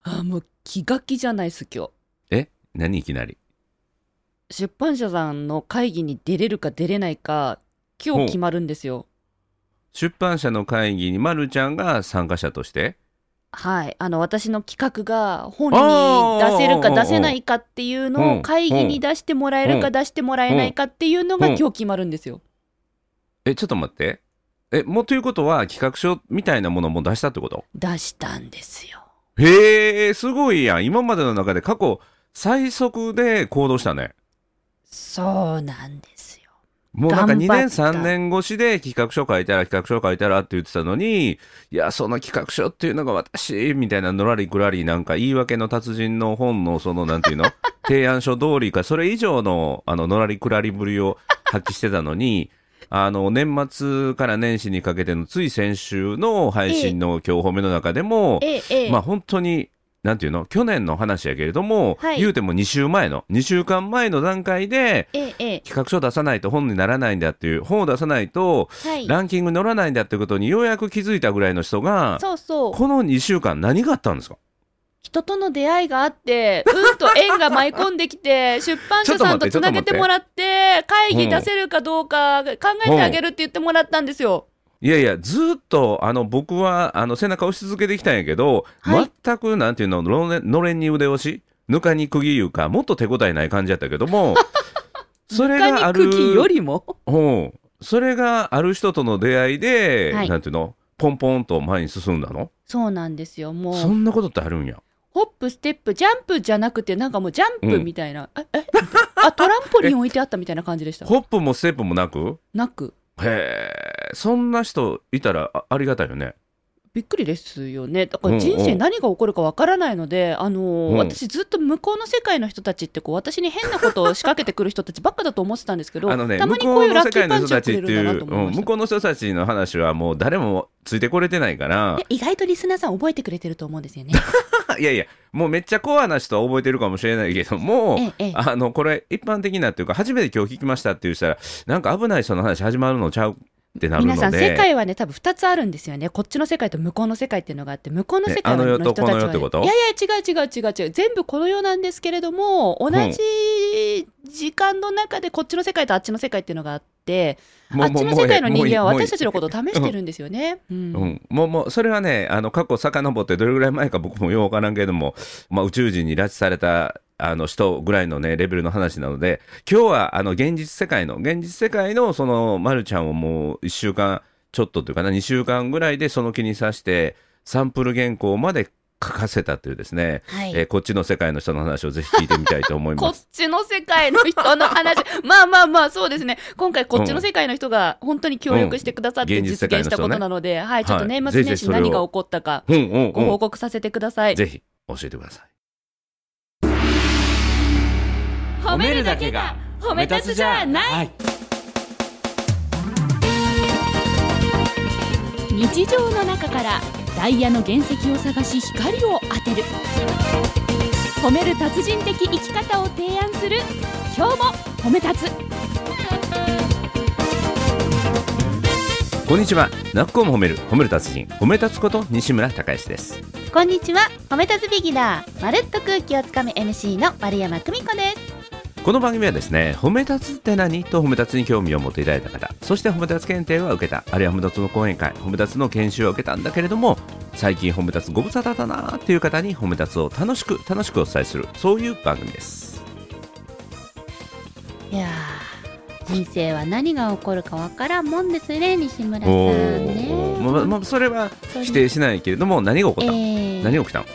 もう気が気じゃないです今何いきなり。 日。出版社さんの会議に出れるか出れないか今日決まるんですよ。 出版社の会議にまるちゃんが参加者として。 はい、私の企画が本に出せるか出せないかっていうのを会議に出してもらえるか出してもらえないかっていうのが今日決まるんですよ。 ちょっと待って。もうということは企画書みたいなものも出したってこと？ 出したんですよ。 へえ、すごいやん。今までの中で過去最速で行動したね。 そうなんですよ。 もうなんか2年頑張った 3年越しで企画書書いたらって言ってたのに、いやその企画書っていうのが私みたいなのらりくらり、なんか言い訳の達人の本のそのなんていうの提案書通りかそれ以上ののらりくらりぶりを発揮してたのに、年末から年始にかけてのつい先週の配信の今日褒めの中でも、まあ本当になんていうの、去年の話やけれども、 はい言うても2週間前の段階で企画書出さないと本にならないんだっていう、本を出さないとはいランキングに乗らないんだってことにようやく気づいたぐらいの人が、 そうそう、 この2週間何があったんですか？ 人との出会いがあってと縁が舞い込んできて出版社さんとつなげてもらって会議出せるかどうか考えてあげるって言ってもらったんですよ。 いやいや、ずっと僕は背中押し続けてきたんやけど、 はい、 全くなんていうの、のれんに腕押し、ぬかに釘いうか、もっと手応えない感じやったけどもそれがある、 茎よりもそれがある人との出会いで、 はいなんていうの、ポンポンと前に進んだの。 そうなんですよ。もそんなことってあるんや。 ホップステップジャンプじゃなくてなんかもうジャンプみたいな、トランポリン置いてあったみたいな感じでした。 ホップもステップもなく、 なく、 へえ、そんな人いたら ありがたいよね。 びっくりですよね。だから人生何が起こるかわからないので、私ずっと向こうの世界の人たちってこう私に変なことを仕掛けてくる人たちばっかだと思ってたんですけど、たまにこういうラッキーパンチをくれるんだなと思いました。 向こうの人たちの話はもう誰もついてこれてないから意外とリスナーさん覚えてくれてると思うんですよね。 いやいや、もうめっちゃコアな人は覚えてるかもしれないけども、これ一般的なっていうか初めて今日聞きましたっていう人はなんか危ない人の話始まるのちゃうってなるので、 皆さん世界はね多分2つあるんですよね。こっちの世界と向こうの世界っていうのがあって、向こうの世界の人たちは、 あの世とこの世ってこと？ いやいや違う全部この世なんですけれども、同じ時間の中でこっちの世界とあっちの世界っていうのがあって、あっちの世界の人間は私たちのことを試してるんですよね。 もうそれはね、過去遡ってどれぐらい前か僕もようわからんけども、宇宙人に拉致された人ぐらいのねレベルの話なので、今日は現実世界のそのまるちゃんをもう1週間ちょっとというかな、2週間ぐらいでその気にさしてサンプル原稿まで書かせたというですね、 はいこっちの世界の人の話をぜひ聞いてみたいと思いこっます。 ちの世界の人の話まあそうですね。今回こっちの世界の人が本当に協力してくださって実現したことなので、はい、ちょっと年末年始何が起こったかご報告させてください。 ぜひ教えてください。 褒めるだけが褒め立つじゃない、日常の中からダイヤの原石を探し光を当てる、褒める達人的生き方を提案する、今日も褒め立つ。 こんにちは。なっこも褒める達人、褒め立つこと西村孝之です。 こんにちは。褒め立つビギナー、まるっと空気をつかむ MC の丸山久美子です。 この番組はですね、褒め立つって何と褒め立つに興味を持っていただいた方、そして褒め立つ検定は受けた、あるいは褒め立つの講演会、褒め立つの研修を受けたんだけれども、最近褒め立つご無沙汰だなっていう方に褒め立つを楽しくお伝えする、そういう番組です。 いやー、人生は何が起こるかわからんもんですね、西村さんね。 それは否定しないけれども、何が起こった、何が起きたの？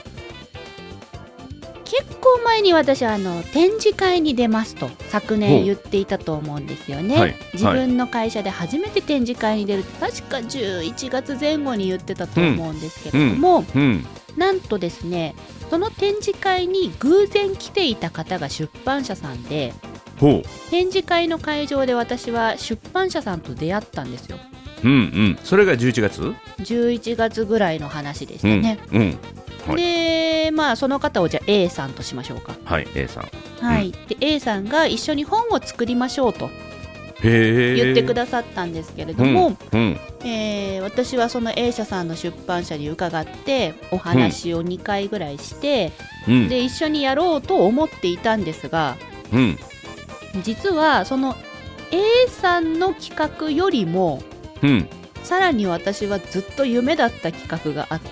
結構前に私は展示会に出ますと昨年言っていたと思うんですよね。自分の会社で初めて展示会に出るって確か11月前後に言ってたと思うんですけれども、なんとですね、その展示会に偶然来ていた方が出版社さんで、展示会の会場で私は出版社さんと出会ったんですよ。 それが11 月ぐらいの話でしたね。でその方をじゃあ A さんとしましょうか。 はい、 A さん。 はい、で A さんが一緒に本を作りましょうと言ってくださったんですけれども、 うん。 私はその A 社さんの出版社に伺ってお話を2回ぐらいして、で一緒にやろうと思っていたんですが、実はその A さんの企画よりも、さらに私はずっと夢だった企画があって、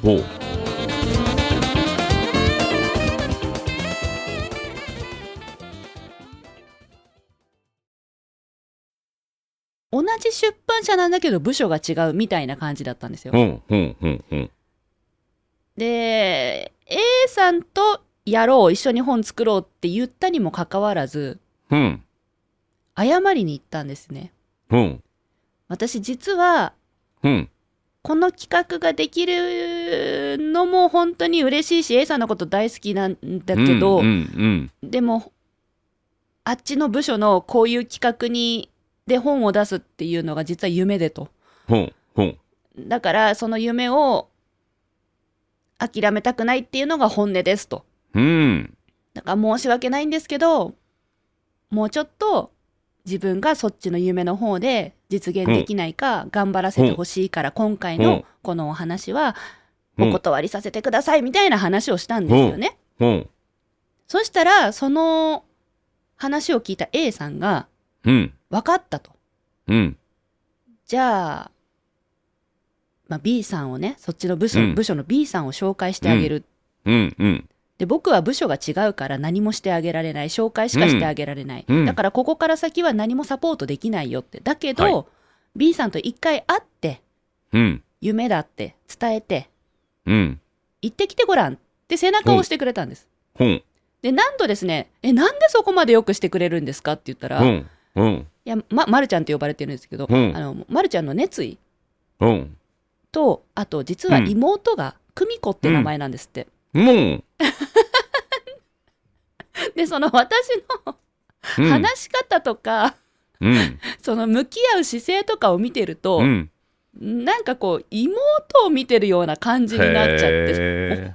同じ出版社なんだけど部署が違うみたいな感じだったんですよ。で A さんとやろう、一緒に本作ろうって言ったにもかかわらず、謝りに行ったんですね。私実は、この企画ができるのも本当に嬉しいし A さんのこと大好きなんだけど、でもあっちの部署のこういう企画で本を出すっていうのが実は夢でと。だからその夢を諦めたくないっていうのが本音ですと。だから申し訳ないんですけど、もうちょっと自分がそっちの夢の方で実現できないか頑張らせてほしいから、今回のこのお話はお断りさせてくださいみたいな話をしたんですよね。そしたらその話を聞いた A さんが、分かったと。じゃあ、B さんをね、そっちの部署の B さんを紹介してあげる。で、僕は部署が違うから何もしてあげられない。紹介しかしてあげられない。だからここから先は何もサポートできないよって。だけど、B さんと一回会って、夢だって伝えて、行ってきてごらんって背中を押してくれたんです。で、何度ですね、なんでそこまでよくしてくれるんですかって言ったら、いや、まるちゃんって呼ばれてるんですけど、まるちゃんの熱意と、あと実は妹が久美子って名前なんですって。で、その私の話し方とか、その向き合う姿勢とかを見てると、なんかこう妹を見てるような感じになっちゃって、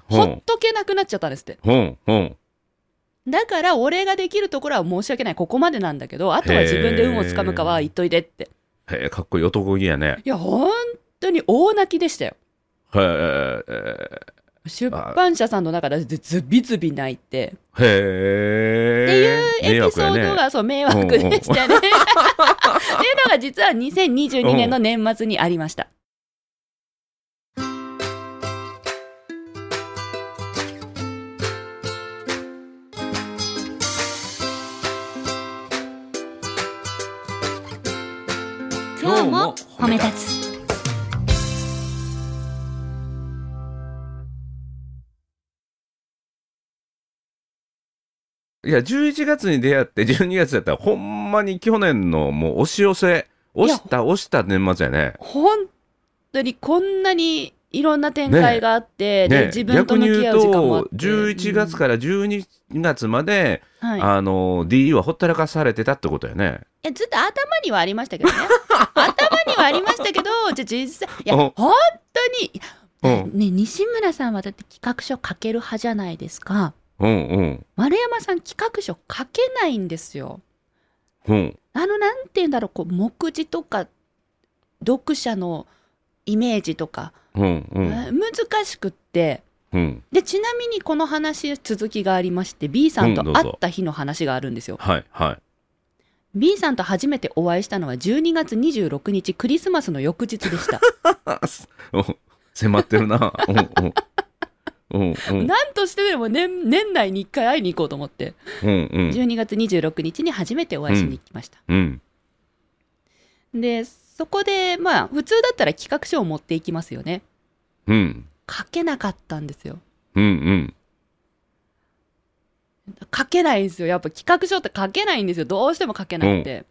ほっとけなくなっちゃったんですって。だから俺ができるところは申し訳ない、ここまでなんだけど、あとは自分で運をつかむかは言っといでって。 かっこいい男気やね。 いや本当に大泣きでしたよ。出版社さんの中でズビズビ泣いて、っていうエピソードがそう迷惑でしたねっていうのが実は2022年の年末にありました。今日も褒め立つ。 いや、11月に出会って12月だったらほんまに去年のもう押し寄せ、押した年末やね。 本当にこんなにいろんな展開があって、で自分と向き合う時間もあって、 11月から12月まで、D はほったらかされてたってことやね。 ずっと頭にはありましたけどね頭にはありましたけど、実際いや本当に、ね、西村さんはだって企画書書ける派じゃないですか。丸山さん企画書書けないんですよ。なんて言うんだろう、こう目次とか読者のイメージとか、難しくって、でちなみにこの話続きがありまして、 B さんと会った日の話があるんですよ。B さんと初めてお会いしたのは12月26日クリスマスの翌日でした迫ってるななんとしてでも 年内に1回会いに行こうと思って、12月26日に初めてお会いしに行きました。でそこでまあ普通だったら企画書を持っていきますよね。書けなかったんですよ。書けないんですよ。やっぱ企画書って書けないんですよ。どうしても書けなくて、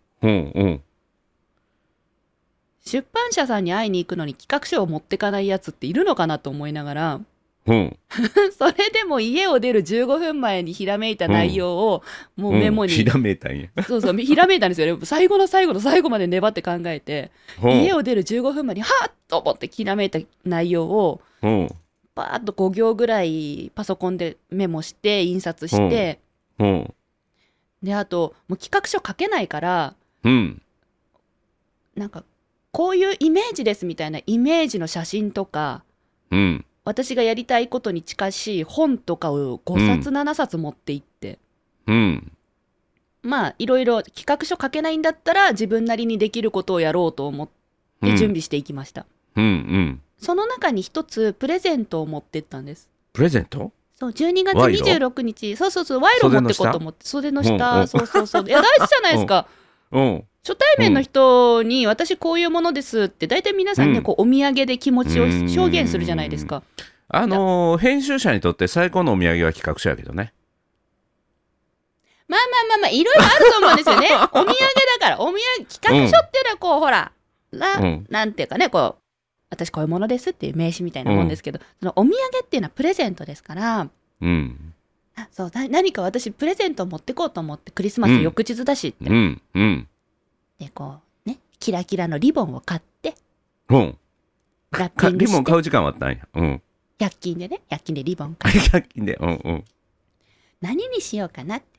出版社さんに会いに行くのに企画書を持ってかないやつっているのかなと思いながら、それでも家を出る15分前にひらめいた内容をもうメモに、 ひらめいたんや。 そうひらめいたんですよね。最後の最後まで粘って考えて、家を出る15分前にはっと思ってひらめいた内容をバーッと5行ぐらいパソコンでメモして印刷して、であともう企画書書けないからうん。 なんかこういうイメージですみたいなイメージの写真とか、 うん。 私がやりたいことに近しい本とかを5冊7冊持って行って、 うん。 まあいろいろ企画書書けないんだったら自分なりにできることをやろうと思って準備していきました。 うん。うん。 その中に一つプレゼントを持ってったんです。 プレゼント？ そう、12月26日、そうそうそう、賄賂持ってこうと思って、袖の下、そうそうそう。いや、大事じゃないですか。 うん。 初対面の人に、私こういうものですって、大体皆さんね、こう、お土産で気持ちを表現するじゃないですか。 編集者にとって最高のお土産は企画書やけどね。 まあまあまあまあ、いろいろあると思うんですよね。お土産だから、企画書っていうのはこう、ほら、なんていうかね、こう、私こういうものですっていう名刺みたいなもんですけど、そのお土産っていうのはプレゼントですから、そう、何か私プレゼントを持ってこうと思って、クリスマス翌日だしって。で、こう、ね、キラキラのリボンを買って、ラッピングして。 リボン買う時間はあったんや。 100均でね、100均でリボン買って。 100均で、 何にしようかなって。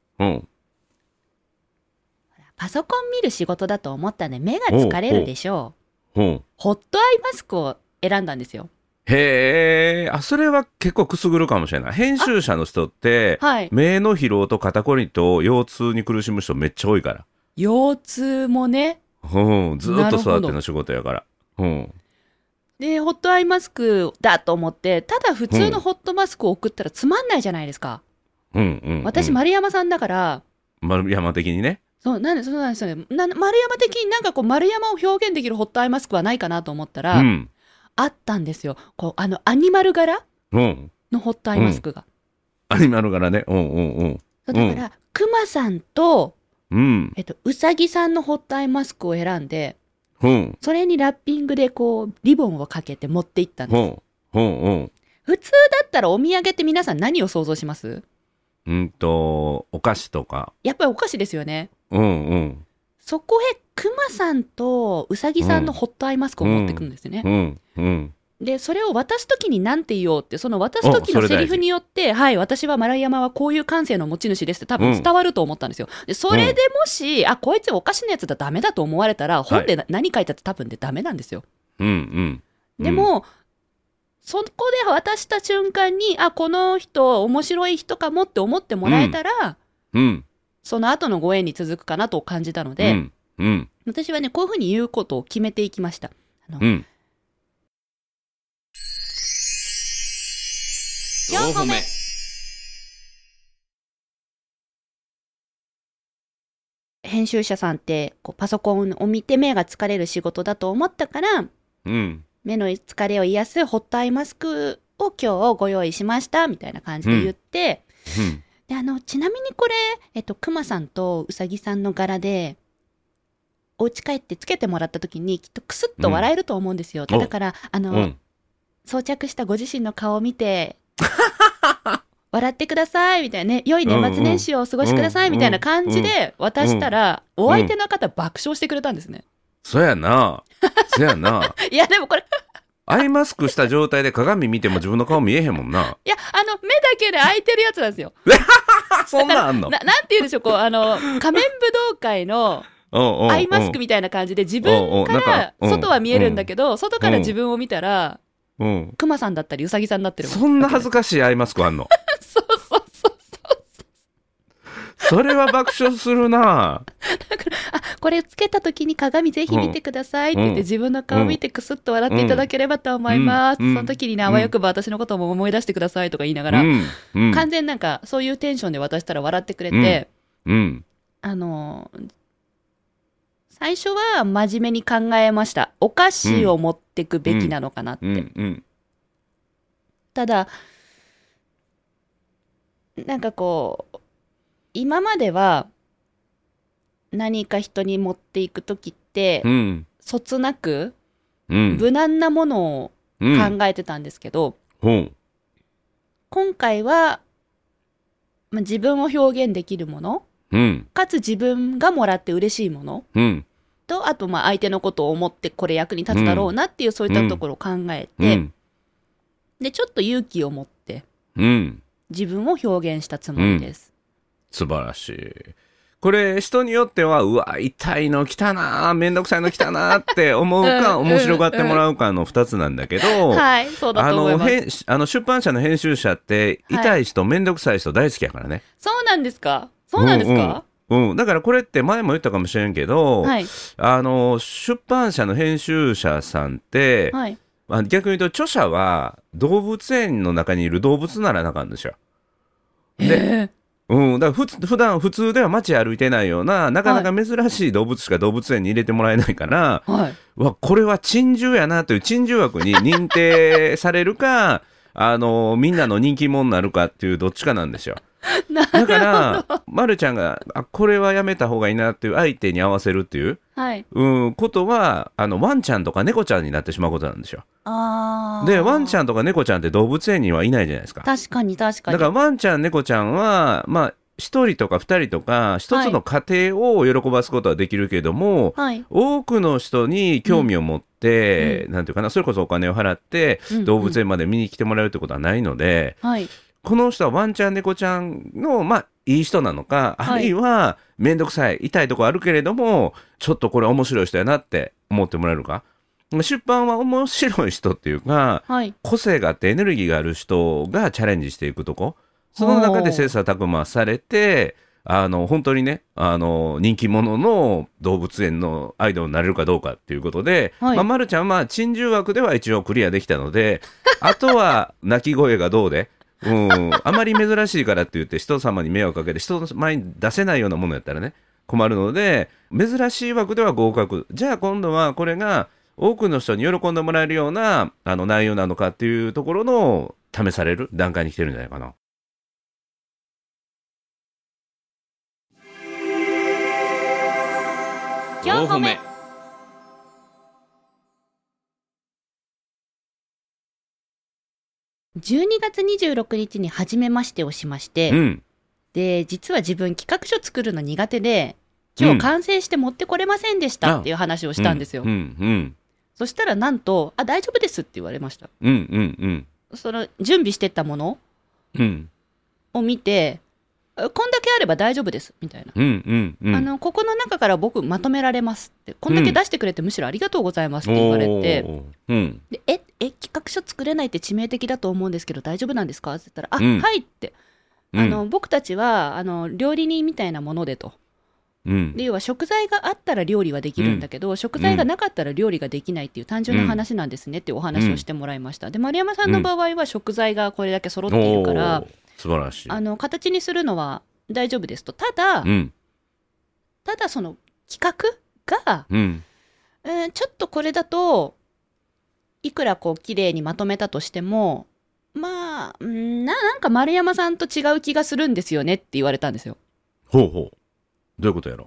パソコン見る仕事だと思ったんで、目が疲れるでしょう。ホットアイマスクを選んだんですよ。 へえ、それは結構くすぐるかもしれない。編集者の人って、目の疲労と肩こりと腰痛に苦しむ人めっちゃ多いから。 腰痛もね。 ずっと座っての仕事やから。 で、ホットアイマスクだと思って、ただ普通のホットマスクを送ったらつまんないじゃないですか。私、丸山さんだから。 丸山的にね。 そうなんですよね。丸山的になんかこう、丸山を表現できるホットアイマスクはないかなと思ったら、あったんですよ。こう、アニマル柄のホットアイマスクが。 アニマル柄ね。 だから、クマさんと、うさぎさんのホットアイマスクを選んで、それにラッピングでこう、リボンをかけて持っていったんです。普通だったらお土産って皆さん何を想像します？ お菓子とか。 やっぱりお菓子ですよね。そこへクマさんとうさぎさんのホットアイマスクを持ってくるんですね。で、それを渡すときに何て言おうって、その渡すときのセリフによって、はい、私は丸山はこういう感性の持ち主ですって多分伝わると思ったんですよ。で、それでもし、こいつお菓子のやつだダメだと思われたら、本で何書いたって多分でダメなんですよ。でも、そこで渡した瞬間に、この人面白い人かもって思ってもらえたら、その後のご縁に続くかなと感じたので、私はね、こういうふうに言うことを決めていきました。4個目。編集者さんってこうパソコンを見て目が疲れる仕事だと思ったから、目の疲れを癒すホットアイマスクを今日ご用意しましたみたいな感じで言って、でちなみにこれ、クマさんとウサギさんの柄でお家帰ってつけてもらった時にきっとクスッと笑えると思うんですよ。だから装着したご自身の顔を見て笑ってくださいみたいなね、良い年末年始をお過ごしくださいみたいな感じで渡したら、お相手の方爆笑してくれたんですね。 そうやな。 いやでもこれアイマスクした状態で鏡見ても自分の顔見えへんもんな。 いや目だけで開いてるやつなんですよ。 そんなんあんの？ なんて言うんでしょう、こう仮面武道会のアイマスクみたいな感じで自分から外は見えるんだけど、外から自分を見たらクマさんだったりウサギさんになってる。 そんな恥ずかしいアイマスクあんの？ そうそれは爆笑するな。 だからこれつけた時に鏡ぜひ見てくださいって言って、自分の顔見てクスッと笑っていただければと思います、その時にね、あわよくば私のことも思い出してくださいとか言いながら、完全なんかそういうテンションで渡したら笑ってくれて、最初は真面目に考えました。お菓子を持ってくべきなのかなって、ただなんかこう今までは何か人に持っていくときって、そつなく、無難なものを考えてたんですけど、今回は、自分を表現できるもの、かつ自分がもらって嬉しいもの、と、あと相手のことを思ってこれ役に立つだろうなっていう、そういったところを考えて、で、ちょっと勇気を持って、自分を表現したつもりです。 素晴らしい。 これ人によってはうわ痛いの来たなめんどくさいの来たなって思うか面白がってもらうかの2つなんだけど、 はいそうだと思います。 出版社の編集者って痛い人、めんどくさい人大好きやからね。 そうなんですか。そうなんですか。 だからこれって前も言ったかもしれんけど、 はい、 出版社の編集者さんって、 はい、 逆に言うと著者は動物園の中にいる動物ならなあかんですよ。で、だから普段普通では街歩いてないようななかなか珍しい動物しか動物園に入れてもらえないから、 はい、 これは珍獣やなという珍獣枠に認定されるかみんなの人気者になるかっていうどっちかなんですよ。だからまるちゃんがこれはやめた方がいいなっていう相手に合わせるっていう、 はい、 ことはワンちゃんとか猫ちゃんになってしまうことなんですよ。でワンちゃんとか猫ちゃんって動物園にはいないじゃないですか。 確かに確かに。 だからワンちゃん猫ちゃんは1人とか2人とか1つの家庭を喜ばすことはできるけども、はい、多くの人に興味を持って、なんていうかな、それこそお金を払って動物園まで見に来てもらえるってことはないので、はい、この人はワンちゃん猫ちゃんのいい人なのか、あるいはめんどくさい痛いとこあるけれどもちょっとこれ面白い人やなって思ってもらえるか。出版は面白い人っていうか、はい、個性があってエネルギーがある人がチャレンジしていくとこ、その中で切磋琢磨されて本当にね人気者の動物園のアイドルになれるかどうかっていうことで、はい、まるちゃんは珍獣枠では一応クリアできたのであとは鳴き声がどうであまり珍しいからって言って人様に迷惑かけて人の前に出せないようなものやったらね困るので、珍しい枠では合格。じゃあ今度はこれが多くの人に喜んでもらえるような内容なのかっていうところの試される段階に来てるんじゃないかな。 4歩目。12月26日に初めましてをしまして、で実は自分企画書作るの苦手で今日完成して持ってこれませんでしたっていう話をしたんですよ。そしたらなんと大丈夫ですって言われました。その準備してったもの、を見てこんだけあれば大丈夫ですみたいな、ここの中から僕まとめられますって、こんだけ出してくれてむしろありがとうございますって言われて、で企画書作れないって致命的だと思うんですけど大丈夫なんですかって言ったらはいって、僕たちは料理人みたいなものでと、で要は食材があったら料理はできるんだけど、食材がなかったら料理ができないっていう単純な話なんですねっていうお話をしてもらいました。で丸山さんの場合は食材がこれだけ揃っているから、 素晴らしい。 形にするのは大丈夫ですと。ただその企画が、ちょっとこれだといくらこう綺麗にまとめたとしてもなんか丸山さんと違う気がするんですよねって言われたんですよ。 ほうほう、どういうことやろ。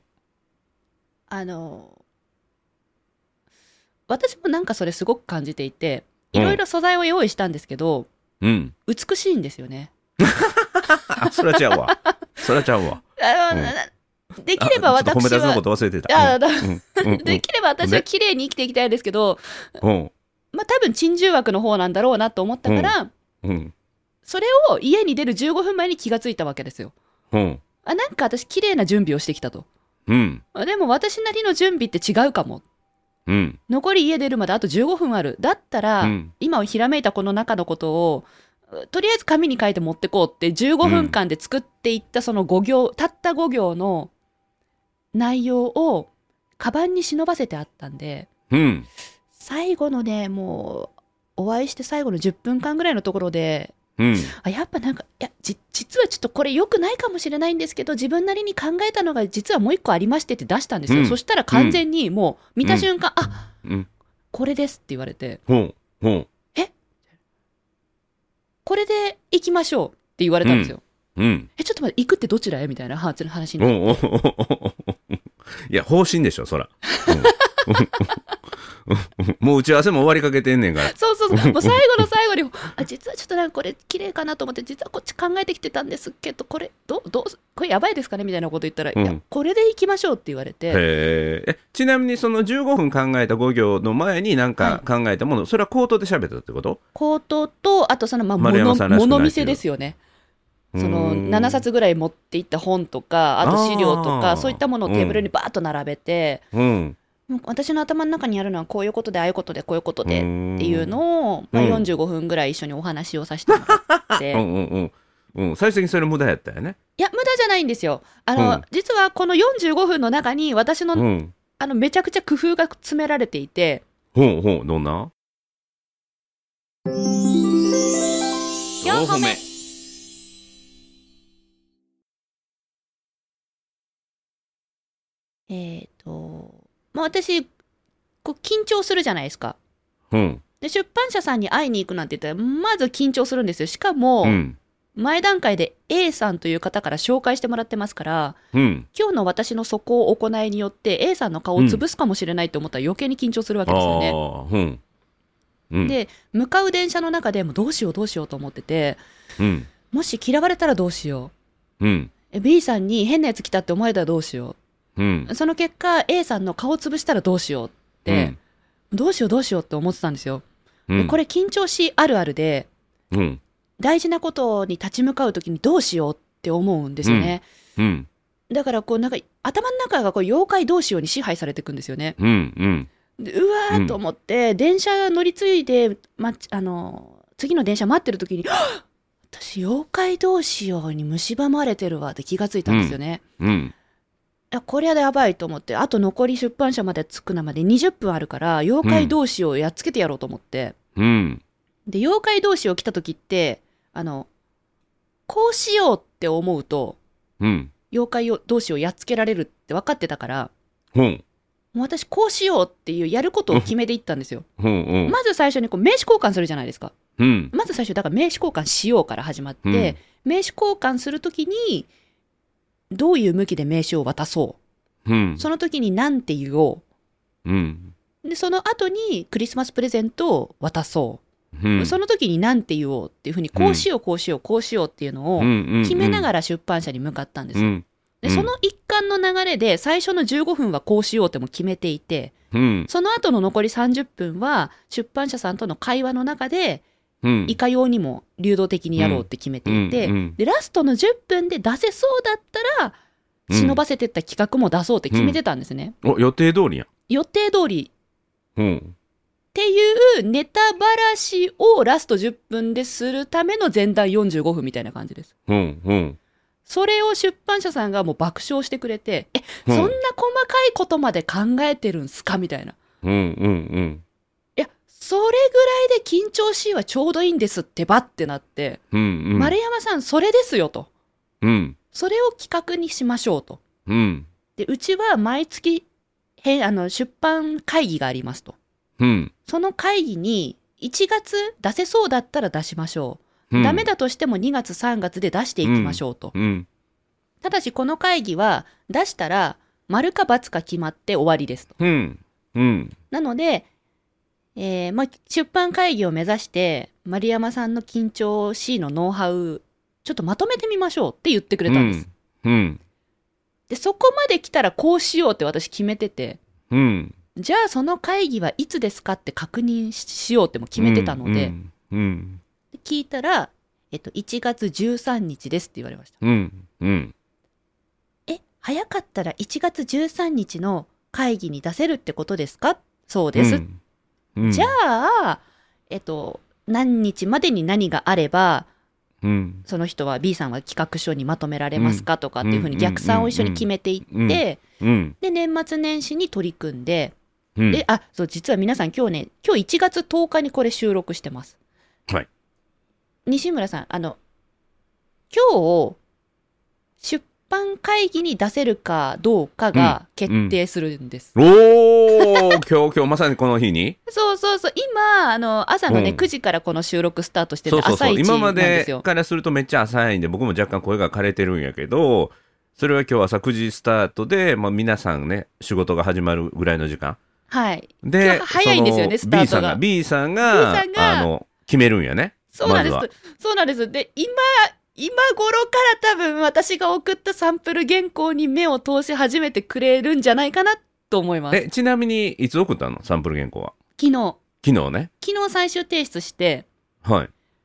私もなんかそれすごく感じていて、いろいろ素材を用意したんですけど、美しいんですよね。 それはちゃうわ。それはちゃうわ。 できれば私は褒め立つのこと忘れてた。 できれば私は綺麗に生きていきたいんですけど、多分珍獣枠の方なんだろうなと思ったから、それを家に出る15分前に気がついたわけですよ。なんか私綺麗な準備をしてきたと。でも私なりの準備って違うかも。残り家出るまであと15分ある。だったら、今をひらめいたこの中のことをとりあえず紙に書いて持ってこうって15分間で作っていったその5行、たった5行の内容をカバンに忍ばせてあったんで、最後のねもうお会いして最後の10分間ぐらいのところで、やっぱなんか実はちょっとこれ良くないかもしれないんですけど自分なりに考えたのが実はもう一個ありましてって出したんですよ。そしたら完全にもう見た瞬間、これですって言われて、これで行きましょうって言われたんですよ。ちょっと待って、行くってどちらへみたいな話に。いや、方針でしょ、そら。もう打ち合わせも終わりかけてんねんから。 そうもう最後の最後に実はちょっとなんかこれ綺麗かなと思って実はこっち考えてきてたんですけどこれこれやばいですかねみたいなこと言ったら、いやこれで行きましょうって言われて。 ちなみにその15分考えた5行の前に何か考えたもの、それは口頭で喋ったってこと？ 口頭とあとその物見せですよね。 その7冊ぐらい持っていった本とか、あと資料とか、そういったものをテーブルにバーッと並べて、私の頭の中にあるのはこういうことで、ああいうことで、こういうことでっていうのを、45分ぐらい一緒にお話をさせてもらって最終的にそれ無駄やったよね。 いや無駄じゃないんですよ。実はこの45分の中に私の、めちゃくちゃ工夫が詰められていて、 どんな 4歩目。私こう緊張するじゃないですか。で出版社さんに会いに行くなんて言ったらまず緊張するんですよ。しかも、前段階で A さんという方から紹介してもらってますから、今日の私のそこを行いによって A さんの顔を潰すかもしれないと思ったら余計に緊張するわけですよね。で向かう電車の中でもどうしようと思ってて、もし嫌われたらどうしよう、B さんに変なやつ来たって思われたらどうしよう、その結果 A さんの顔を潰したらどうしようって、どうしようって思ってたんですよ。これ緊張しあるあるで、大事なことに立ち向かうときにどうしようって思うんですよね。だからこうなんか頭の中がこう妖怪どうしように支配されていくんですよね。でうわーと思って、電車乗り継いで、次の電車待ってるときに私妖怪どうしように蝕まれてるわって気がついたんですよね。これはやばいと思って、あと残り出版社まで着くのまで20分あるから妖怪同士をやっつけてやろうと思って、で妖怪同士を来た時ってこうしようって思うと、妖怪同士をやっつけられるって分かってたから、もう私こうしようっていうやることを決めていったんですよ。まず最初にこう名刺交換するじゃないですか。まず最初だから名刺交換しようから始まって、名刺交換するときにどういう向きで名刺を渡そう、その時に何て言おう、でその後にクリスマスプレゼントを渡そう、その時に何て言おうっていうふうにこうしようっていうのを決めながら出版社に向かったんですよ。でその一環の流れで最初の15分はこうしようっても決めていて、その後の残り30分は出版社さんとの会話の中でいかようにも流動的にやろうって決めていて、でラストの10分で出せそうだったら忍ばせてった企画も出そうって決めてたんですね。 予定通りやん。 予定通り、っていうネタばらしをラスト10分でするための前段45分みたいな感じです。それを出版社さんがもう爆笑してくれて、そんな細かいことまで考えてるんすかみたいな。いやそれぐらいで緊張しいはちょうどいいんですってばってなって、丸山さんそれですよと、それを企画にしましょうと、でうちは毎月出版会議がありますと、その会議に1月出せそうだったら出しましょう、ダメだとしても2月3月で出していきましょうと、ただしこの会議は出したら丸か×か決まって終わりですと、なので、出版会議を目指して丸山さんの緊張 C のノウハウちょっとまとめてみましょうって言ってくれたんです。でそこまで来たらこうしようって私決めてて、じゃあその会議はいつですかって確認 しようっても決めてたので、聞いたら、1月13日ですって言われました。早かったら1月13日の会議に出せるってことですか？そうです。じゃあ、何日までに何があれば、その人は B さんは企画書にまとめられますかとかっていうふうに逆算を一緒に決めていって、で年末年始に取り組んで、そう実は皆さん今日1月10日にこれ収録してます。西村さん、今日出版会議に出せるかどうかが決定するんです。 今日まさにこの日にそう今朝のね、9時からこの収録スタートしてて、朝一今まなんですよ。 でからするとめっちゃ朝いんで僕も若干声が枯れてるんやけど、それは今日朝9時スタートで、皆さんね仕事が始まるぐらいの時間で、 早いんですよねスタートが。 B さんが決めるんやね。 そうなんです。で今頃から多分私が送ったサンプル原稿に目を通し始めてくれるんじゃないかなと思います。 ちなみにいつ送ったのサンプル原稿は？昨日ね。 昨日最終提出して、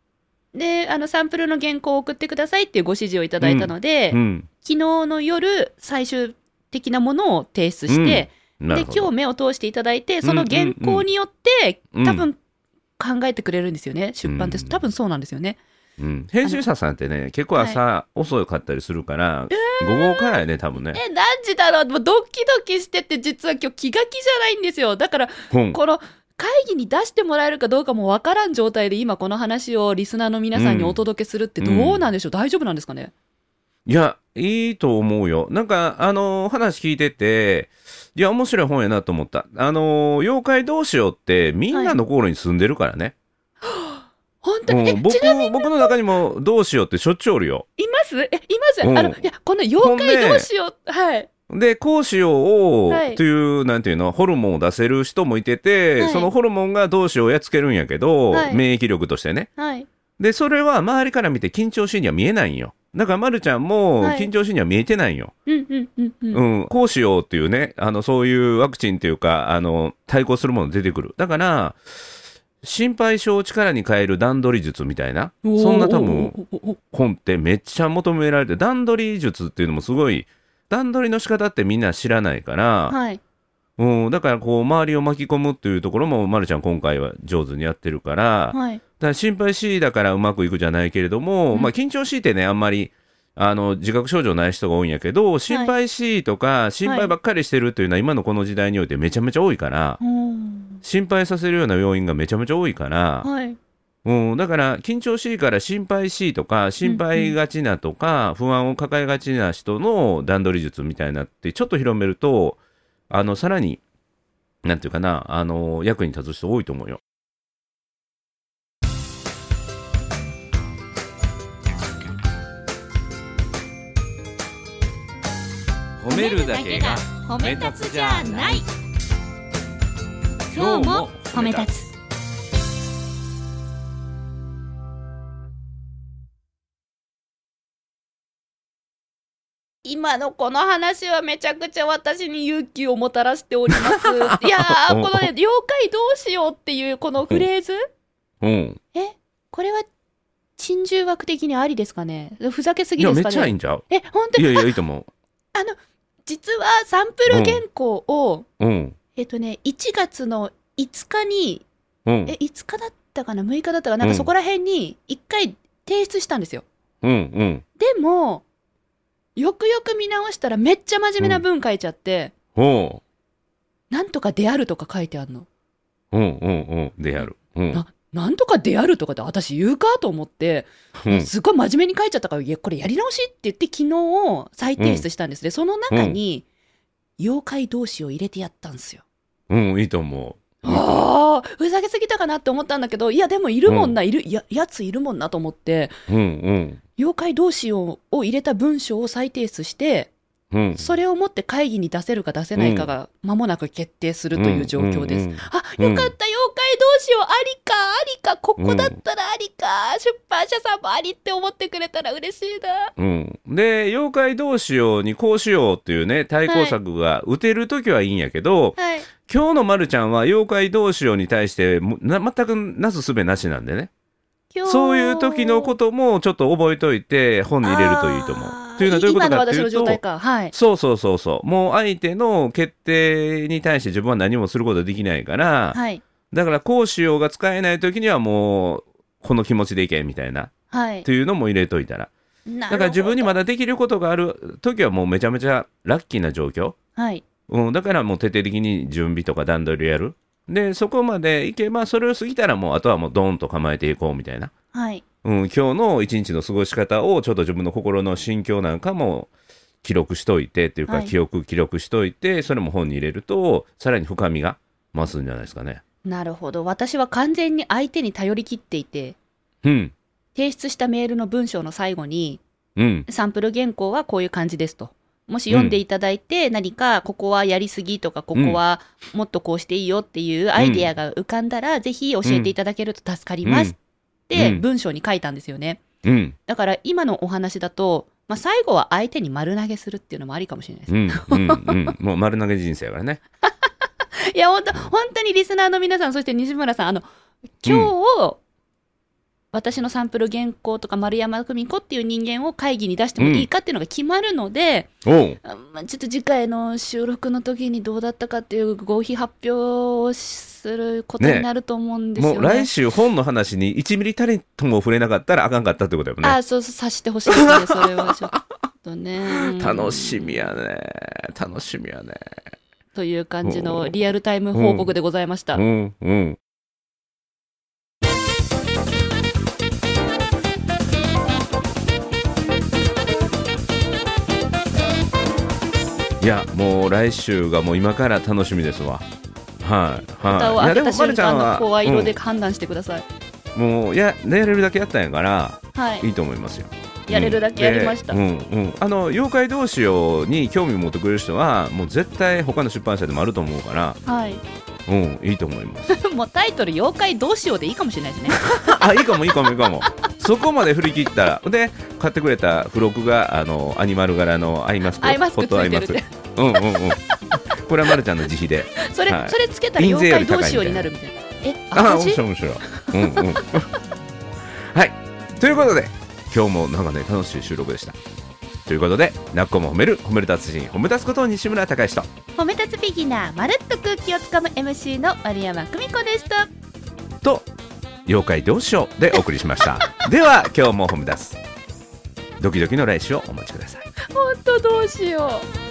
でサンプルの原稿を送ってくださいっていうご指示をいただいたので、昨日の夜最終的なものを提出して、で今日目を通していただいて、その原稿によって、多分考えてくれるんですよね、出版って、多分そうなんですよね。 編集者さんってね、結構朝遅かったりするから、午後からやね、多分ね。 何時だろう、もうドキドキしてて、実は今日気が気じゃないんですよ。だから、この会議に出してもらえるかどうかもわからん状態で、今この話をリスナーの皆さんにお届けするってどうなんでしょう、大丈夫なんですかね。 いや、いいと思うよ。なんか、話聞いてて、いや、面白い本やなと思った。妖怪どうしようって、みんなの心に住んでるからね。 本当に、 僕の中にもどうしようってしょっちゅうおるよ。 いますいますいや、この妖怪どうしよう、はい。 で、こうしようを、という、なんていうの、ホルモンを出せる人もいてて、そのホルモンがどうしようをやっつけるんやけど、免疫力としてね。で、それは周りから見て緊張しいには見えないんよ。だから、まるちゃんも緊張しいには見えてないんよ。こうしようっていうね、そういうワクチンっていうか、対抗するもの出てくる。だから、心配性を力に変える段取り術みたいな、そんな多分本ってめっちゃ求められて、段取り術っていうのもすごい、段取りの仕方ってみんな知らないから、だからこう周りを巻き込むっていうところもまるちゃん今回は上手にやってるから、だから心配しいだからうまくいくじゃないけれども、緊張しいってね、あんまり自覚症状ない人が多いんやけど、心配しいとか心配ばっかりしてるっていうのは今のこの時代においてめちゃめちゃ多いから、心配させるような要因がめちゃめちゃ多いから、だから緊張しいから心配しいとか心配がちなとか、不安を抱えがちな人の段取り術みたいなってちょっと広めると、さらになんていうかな、役に立つ人多いと思うよ。褒めるだけが褒め立つじゃない。 今日も褒め立つ。今のこの話はめちゃくちゃ私に勇気をもたらしております。いやー、このね、妖怪どうしようっていうこのフレーズ、これは珍獣枠的にありですかね。ふざけすぎですかね。 いや、めっちゃいいんちゃう。 本当に。 いやいや、いいと思う。 実はサンプル原稿を、1月の5日に、5日だったかな、6日だったかな、なんかそこら辺に1回提出したんですよ。でも、よくよく見直したらめっちゃ真面目な文書いちゃって、なんとかであるとか書いてあるの。 である。 なんとかであるとかって私言うかと思って、すごい真面目に書いちゃったから、いや、これやり直しって言って昨日再提出したんですね。その中に、妖怪同士を入れてやったんですよ。 いいと思う。 ふざけすぎたかなって思ったんだけど、いや、でもいるもんな、やついるもんなと思って、妖怪同士を入れた文章を再提出して、それをもって会議に出せるか出せないかが間もなく決定するという状況です。よかった、妖怪同士をありか、ここだったらありか、出版社さんもありって思ってくれたら嬉しいな。 で、妖怪どうしようにこうしようっていうね、対抗策が打てるときはいいんやけど、今日のまるちゃんは妖怪どうしように対して全くなすすべなしなんでね。そういう時のこともちょっと覚えといて本に入れるといいと思う。というのはどういうことかっていうと、今の私の状態か、そうもう相手の決定に対して自分は何もすることができないから、だからこうしようが使えない時にはもうこの気持ちでいけみたいな、っていうのも入れといたら、だから自分にまだできることがある時はもうめちゃめちゃラッキーな状況、だからもう徹底的に準備とか段取りやる。でそこまでいけば、それを過ぎたらもうあとはもうドーンと構えていこうみたいな、今日の一日の過ごし方をちょっと自分の心の心境なんかも記録しといてっていうか、記録しといて、それも本に入れるとさらに深みが増すんじゃないですかね。 なるほど。私は完全に相手に頼り切っていて、提出したメールの文章の最後に、サンプル原稿はこういう感じですと、もし読んでいただいて、何かここはやりすぎとか、ここはもっとこうしていいよっていうアイデアが浮かんだら、ぜひ教えていただけると助かりますって文章に書いたんですよね。だから今のお話だと、最後は相手に丸投げするっていうのもありかもしれないです。 もう丸投げ人生やからね。 いや本当にリスナーの皆さん、そして西村さん、今日、 私のサンプル原稿とか丸山久美子っていう人間を会議に出してもいいかっていうのが決まるので、ちょっと次回の収録の時にどうだったかっていう合否発表をすることになると思うんですよね。 もう来週本の話に1ミリたりとも触れなかったらあかんかったってことだよね。 そう察してほしいですね。それはちょっとね。 楽しみやね。 という感じのリアルタイム報告でございました。 いやもう来週がもう今から楽しみですわ。 蓋を開けた瞬間の声色で判断してください。 もうやれるだけやったんやから、いいと思いますよ。 やれるだけやりました。 妖怪どうしように興味持ってくれる人はもう絶対他の出版社でもあると思うから、いいと思います。 もうタイトル妖怪どうしようでいいかもしれないですね。 いいかもそこまで振り切ったらで買ってくれた付録がアニマル柄のアイマスク、 ホットアイマスクこれはまるちゃんの自費でそれつけたら妖怪どうしようになるみたいな。 面白いはいということで今日もなんかね楽しい収録でした。ということでなっこも褒める達人褒め立つこと西村孝之と褒め立つビギナーまるっと空気をつかむ MC の丸山久美子でしたと妖怪どうしようでお送りしましたでは今日も褒め立つドキドキの来週をお待ちください。 本当どうしよう。